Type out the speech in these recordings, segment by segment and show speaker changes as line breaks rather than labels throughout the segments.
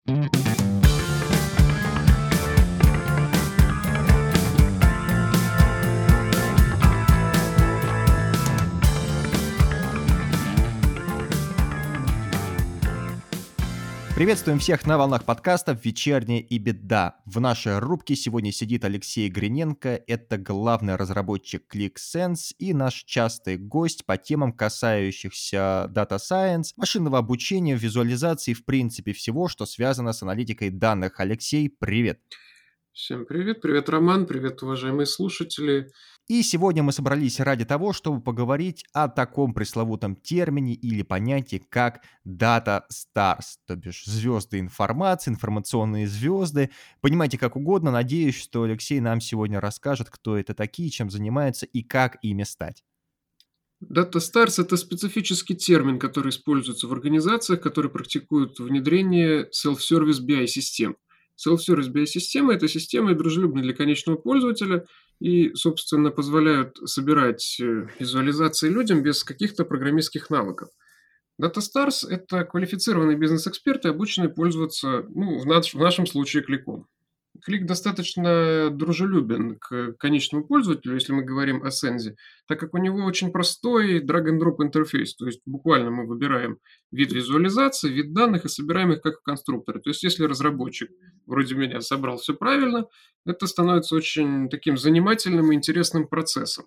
Приветствуем всех на волнах подкастов «Вечерняя и беда». В нашей рубке сегодня сидит Алексей Гриненко, это главный разработчик ClickSense и наш частый гость по темам, касающихся Data Science, машинного обучения, визуализации, в принципе всего, что связано с аналитикой данных. Алексей, привет!
Всем привет, привет, Роман, привет, уважаемые слушатели.
И сегодня мы собрались ради того, чтобы поговорить о таком пресловутом термине или понятии, как Data Stars, то бишь звезды информации, информационные звезды. Понимаете как угодно, надеюсь, что Алексей нам сегодня расскажет, кто это такие, чем занимаются и как ими стать.
Data Stars – это специфический термин, который используется в организациях, которые практикуют внедрение Self-Service BI-систем. Self-Service BI-системы – это системы, дружелюбные для конечного пользователя и, собственно, позволяют собирать визуализации людям без каких-то программистских навыков. Data Stars – это квалифицированные бизнес-эксперты, обученные пользоваться, в нашем случае, кликом. Клик достаточно дружелюбен к конечному пользователю, если мы говорим о Сензе, так как у него очень простой drag-and-drop интерфейс. То есть буквально мы выбираем вид визуализации, вид данных и собираем их как в конструкторе. То есть если разработчик, вроде меня, собрал все правильно, это становится очень таким занимательным и интересным процессом.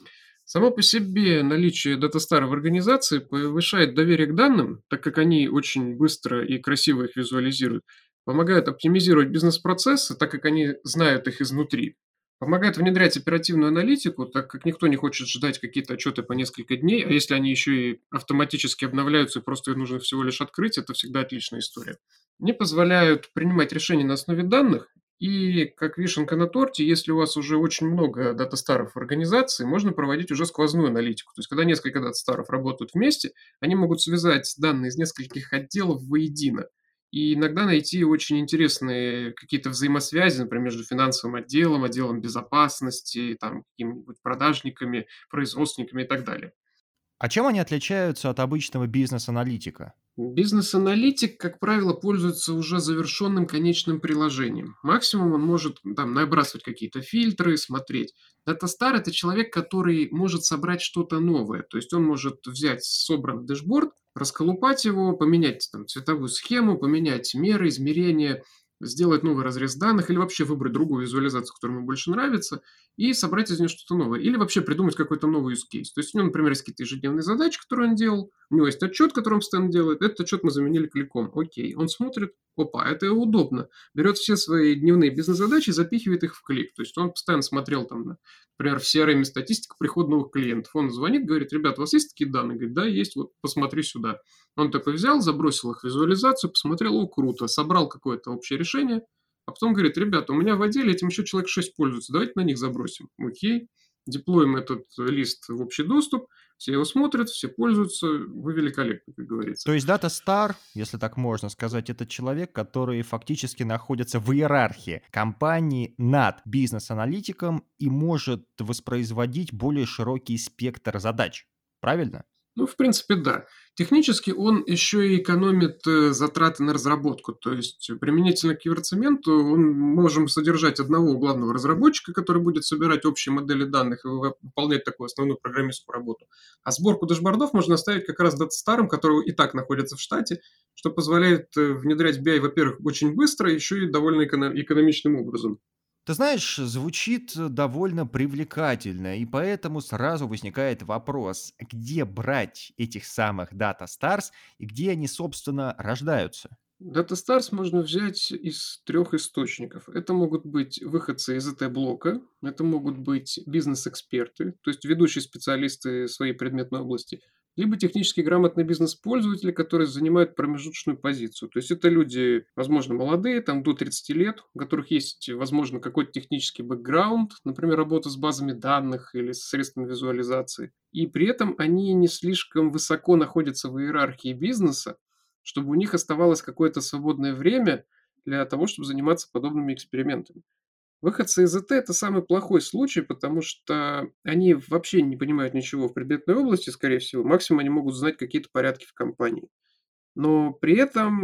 Само по себе наличие DataStar в организации повышает доверие к данным, так как они очень быстро и красиво их визуализируют, помогает оптимизировать бизнес-процессы, так как они знают их изнутри, помогает внедрять оперативную аналитику, так как никто не хочет ждать какие-то отчеты по несколько дней, а если они еще и автоматически обновляются и просто их нужно всего лишь открыть, это всегда отличная история. Они позволяют принимать решения на основе данных, и как вишенка на торте, если у вас уже очень много дата-старов в организации, можно проводить уже сквозную аналитику. То есть, когда несколько дата-старов работают вместе, они могут связать данные из нескольких отделов воедино. И иногда найти очень интересные какие-то взаимосвязи, например, между финансовым отделом, отделом безопасности, там, какими-нибудь продажниками, производственниками и так далее.
А чем они отличаются от обычного бизнес-аналитика?
Бизнес-аналитик, как правило, пользуется уже завершенным конечным приложением. Максимум он может там набрасывать какие-то фильтры, смотреть. Дата-стар – это человек, который может собрать что-то новое. То есть он может взять собранный дэшборд, расколупать его, поменять там цветовую схему, поменять меры, измерения, сделать новый разрез данных или вообще выбрать другую визуализацию, которая ему больше нравится, и собрать из нее что-то новое. Или вообще придумать какой-то новый use case. То есть у него, например, есть какие-то ежедневные задачи, которые он делал, у него есть отчет, который он постоянно делает. Этот отчет мы заменили кликом. Окей. Он смотрит, опа, это удобно. Берет все свои дневные бизнес-задачи и запихивает их в клик. То есть он постоянно смотрел там, например, в CRM статистику приход новых клиентов. Он звонит, говорит, ребят, у вас есть такие данные? Говорит, да, есть, вот посмотри сюда. Он такой взял, забросил их в визуализацию, посмотрел, о, круто, собрал какое-то общее решение, а потом говорит, ребята, у меня в отделе этим еще человек 6 пользуется, давайте на них забросим. Окей, деплоим этот лист в общий доступ, все его смотрят, все пользуются, вы великолепны, как говорится.
То есть Data Star, если так можно сказать, это человек, который фактически находится в иерархии компании над бизнес-аналитиком и может воспроизводить более широкий спектр задач. Правильно?
Ну, в принципе, да. Технически он еще и экономит затраты на разработку. То есть применительно к киберцементу мы можем содержать одного главного разработчика, который будет собирать общие модели данных и выполнять такую основную программистскую работу. А сборку дашбордов можно оставить как раз дата-старом, который и так находится в штате, что позволяет внедрять BI, во-первых, очень быстро, еще и довольно экономичным образом.
Ты знаешь, звучит довольно привлекательно, и поэтому сразу возникает вопрос, где брать этих самых Data Stars и где они, собственно, рождаются?
Data Stars можно взять из трех источников. Это могут быть выходцы из ИТ-блока, это могут быть бизнес-эксперты, то есть ведущие специалисты своей предметной области, либо технически грамотные бизнес-пользователи, которые занимают промежуточную позицию. То есть это люди, возможно, молодые, там до 30 лет, у которых есть, возможно, какой-то технический бэкграунд, например, работа с базами данных или с средствами визуализации. И при этом они не слишком высоко находятся в иерархии бизнеса, чтобы у них оставалось какое-то свободное время для того, чтобы заниматься подобными экспериментами. Выходцы из ИТ – это самый плохой случай, потому что они вообще не понимают ничего в предметной области, скорее всего. Максимум они могут знать какие-то порядки в компании. Но при этом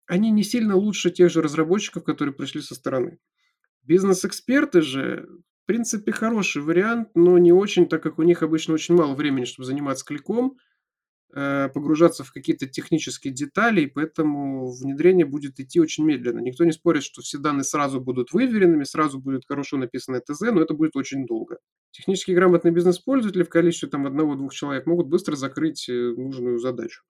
они не сильно лучше тех же разработчиков, которые пришли со стороны. Бизнес-эксперты же, в принципе, хороший вариант, но не очень, так как у них обычно очень мало времени, чтобы заниматься кликом, погружаться в какие-то технические детали, и поэтому внедрение будет идти очень медленно. Никто не спорит, что все данные сразу будут выверенными, сразу будет хорошо написанное ТЗ, но это будет очень долго. Технически грамотные бизнес-пользователи в количестве там одного-двух человек могут быстро закрыть нужную задачу.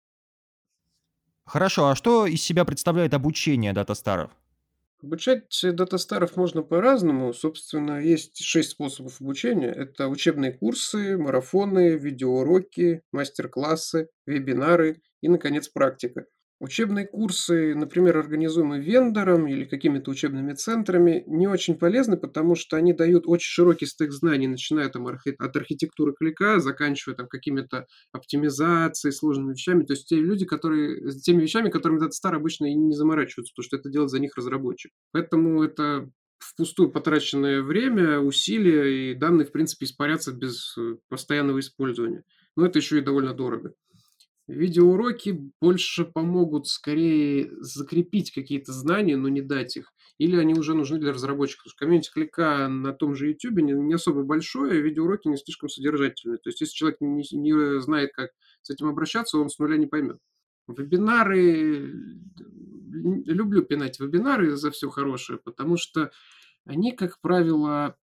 Хорошо, а что из себя представляет обучение дата-старов?
Обучать дата-старов можно по-разному. Собственно, есть 6 способов обучения. Это учебные курсы, марафоны, видеоуроки, мастер-классы, вебинары и, наконец, практика. Учебные курсы, например, организуемые вендором или какими-то учебными центрами, не очень полезны, потому что они дают очень широкий стек знаний, начиная там от архитектуры клика, заканчивая там какими-то оптимизацией, сложными вещами. То есть те люди, которые, с теми вещами, которыми дата-стар обычно и не заморачиваются, потому что это делает за них разработчик. Поэтому это впустую потраченное время, усилия, и данные, в принципе, испарятся без постоянного использования. Но это еще и довольно дорого. Видеоуроки больше помогут скорее закрепить какие-то знания, но не дать их. Или они уже нужны для разработчиков. Потому что комьюнити клика на том же YouTube не особо большое, а видеоуроки не слишком содержательные. То есть, если человек не знает, как с этим обращаться, он с нуля не поймет. Вебинары, люблю пинать вебинары за все хорошее, потому что они, как правило,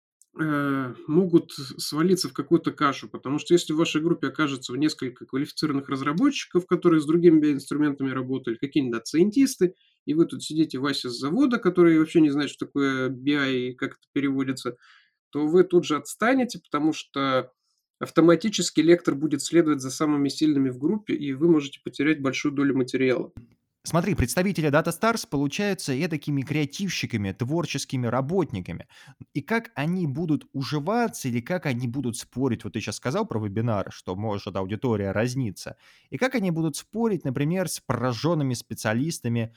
могут свалиться в какую-то кашу, потому что если в вашей группе окажется несколько квалифицированных разработчиков, которые с другими инструментами работали, какие-нибудь дата-сайентисты, и вы тут сидите, Вася с завода, который вообще не знает, что такое BI и как это переводится, то вы тут же отстанете, потому что автоматически лектор будет следовать за самыми сильными в группе, и вы можете потерять большую долю материала.
Смотри, представители Data Stars получаются такими креативщиками, творческими работниками. И как они будут уживаться или как они будут спорить, вот ты сейчас сказал про вебинары, что может аудитория разниться, и как они будут спорить, например, с пораженными специалистами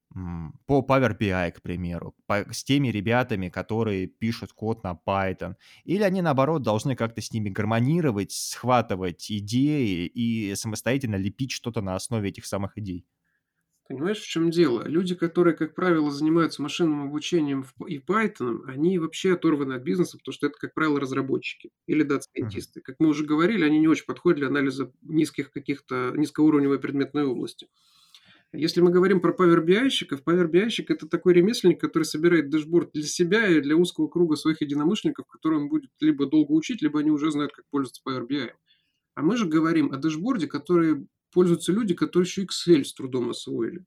по Power BI, к примеру, с теми ребятами, которые пишут код на Python, или они, наоборот, должны как-то с ними гармонировать, схватывать идеи и самостоятельно лепить что-то на основе этих самых идей.
Понимаешь, в чем дело? Люди, которые, как правило, занимаются машинным обучением и Python, они вообще оторваны от бизнеса, потому что это, как правило, разработчики или
Мгм.
дата-сайентисты. Как мы уже говорили, они не очень подходят для анализа низких каких-то низкоуровневой предметной области. Если мы говорим про Power BI-щиков, Power BI-щик – это такой ремесленник, который собирает дэшборд для себя и для узкого круга своих единомышленников, которые он будет либо долго учить, либо они уже знают, как пользоваться Power BI. А мы же говорим о дэшборде, который пользуются люди, которые еще Excel с трудом освоили.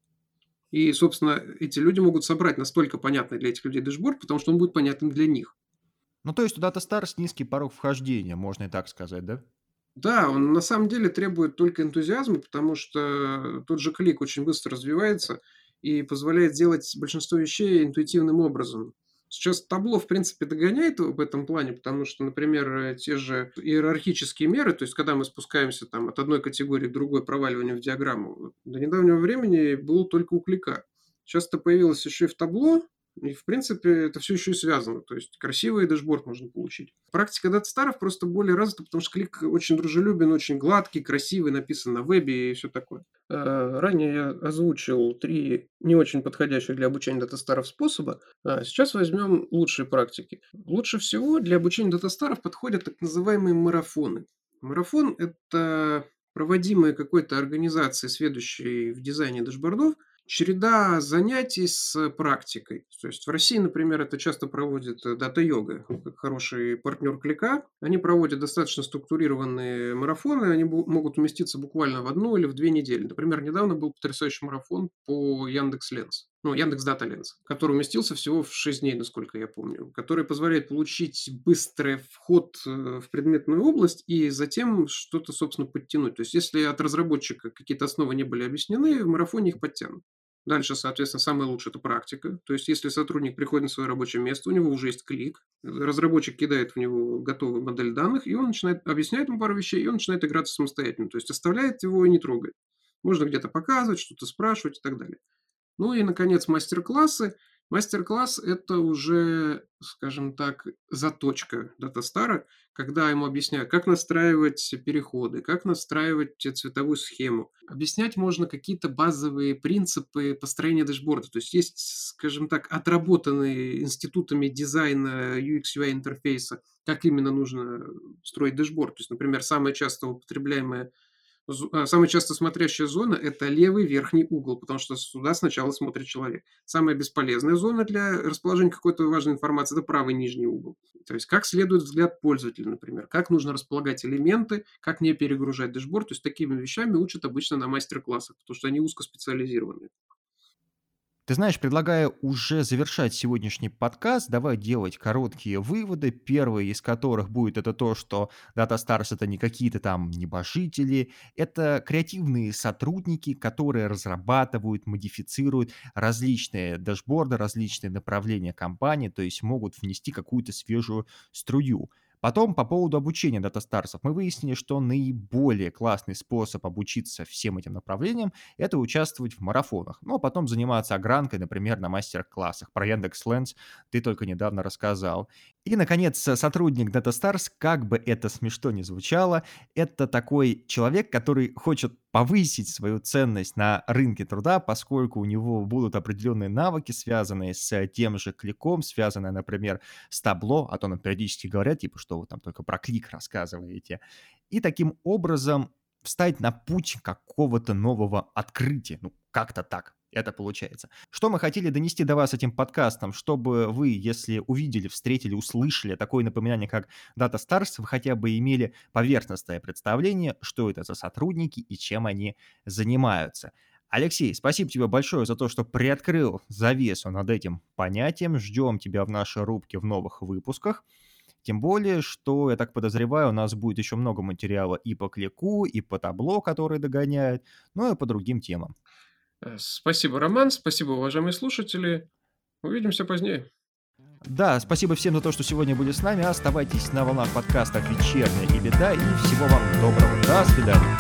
И, собственно, эти люди могут собрать настолько понятный для этих людей дэшборд, потому что он будет понятен для них.
Ну, то есть у Data Stars низкий порог вхождения, можно и так сказать, да?
Да, он на самом деле требует только энтузиазма, потому что тот же клик очень быстро развивается и позволяет сделать большинство вещей интуитивным образом. Сейчас табло, в принципе, догоняет его в этом плане, потому что, например, те же иерархические меры, то есть когда мы спускаемся там, от одной категории к другой проваливанием в диаграмму, вот до недавнего времени был только у клика. Сейчас это появилось еще и в табло, и, в принципе, это все еще и связано. То есть красивый дэшборд можно получить. Практика дата-старов просто более развита, потому что клик очень дружелюбен, очень гладкий, красивый, написан на вебе и все такое. Ранее я озвучил 3 не очень подходящих для обучения дата-старов способа. Сейчас возьмем лучшие практики. Лучше всего для обучения дата-старов подходят так называемые марафоны. Марафон – это проводимые какой-то организацией, сведущей в дизайне дэшбордов, череда занятий с практикой. То есть в России, например, это часто проводит дата-йога, как хороший партнер клика. Они проводят достаточно структурированные марафоны, они могут уместиться буквально в одну или в 2 недели. Например, недавно был потрясающий марафон по Яндекс.Ленс, ну, Яндекс Дата Ленс, который уместился всего в 6 дней, насколько я помню, который позволяет получить быстрый вход в предметную область и затем что-то, собственно, подтянуть. То есть, если от разработчика какие-то основы не были объяснены, в марафоне их подтянут. Дальше, соответственно, самое лучшее – это практика. То есть, если сотрудник приходит на свое рабочее место, у него уже есть клик, разработчик кидает в него готовую модель данных, и он начинает, объясняет ему пару вещей, и он начинает играться самостоятельно. То есть, оставляет его и не трогает. Можно где-то показывать, что-то спрашивать и так далее. Ну и, наконец, мастер-классы. Мастер-класс — это уже, скажем так, заточка датастара, когда ему объясняют, как настраивать переходы, как настраивать цветовую схему. Объяснять можно какие-то базовые принципы построения дашборда. То есть, скажем так, отработанные институтами дизайна UX/UI интерфейса, как именно нужно строить дашборд. То есть, например, самая часто смотрящая зона — это левый верхний угол, потому что сюда сначала смотрит человек. Самая бесполезная зона для расположения какой-то важной информации — это правый нижний угол. То есть как следует взгляд пользователя, например, как нужно располагать элементы, как не перегружать дашборд. То есть такими вещами учат обычно на мастер-классах, потому что они узкоспециализированные.
Ты знаешь, предлагаю уже завершать сегодняшний подкаст. Давай делать короткие выводы. Первый из которых будет это то, что Data Stars — это не какие-то там небожители, это креативные сотрудники, которые разрабатывают, модифицируют различные дашборды, различные направления компании, то есть могут внести какую-то свежую струю. Потом по поводу обучения дата-старсов. Мы выяснили, что наиболее классный способ обучиться всем этим направлениям — это участвовать в марафонах. Ну, а потом заниматься огранкой, например, на мастер-классах. Про Яндекс.Ленс ты только недавно рассказал. И, наконец, сотрудник DataStars, как бы это смешно ни звучало, это такой человек, который хочет повысить свою ценность на рынке труда, поскольку у него будут определенные навыки, связанные с тем же кликом, связанные, например, с табло, а то нам периодически говорят, типа, что вы там только про клик рассказываете. И таким образом встать на путь какого-то нового открытия. Ну, как-то так это получается. Что мы хотели донести до вас этим подкастом, чтобы вы, если увидели, встретили, услышали такое напоминание, как Data Stars, вы хотя бы имели поверхностное представление, что это за сотрудники и чем они занимаются. Алексей, спасибо тебе большое за то, что приоткрыл завесу над этим понятием. Ждем тебя в нашей рубке в новых выпусках. Тем более, что, я так подозреваю, у нас будет еще много материала и по клику, и по табло, который догоняет, ну и по другим темам.
Спасибо, Роман, спасибо, уважаемые слушатели. Увидимся позднее.
Да, спасибо всем за то, что сегодня были с нами. Оставайтесь на волнах подкаста «Вечерняя и беда». И всего вам доброго. До свидания.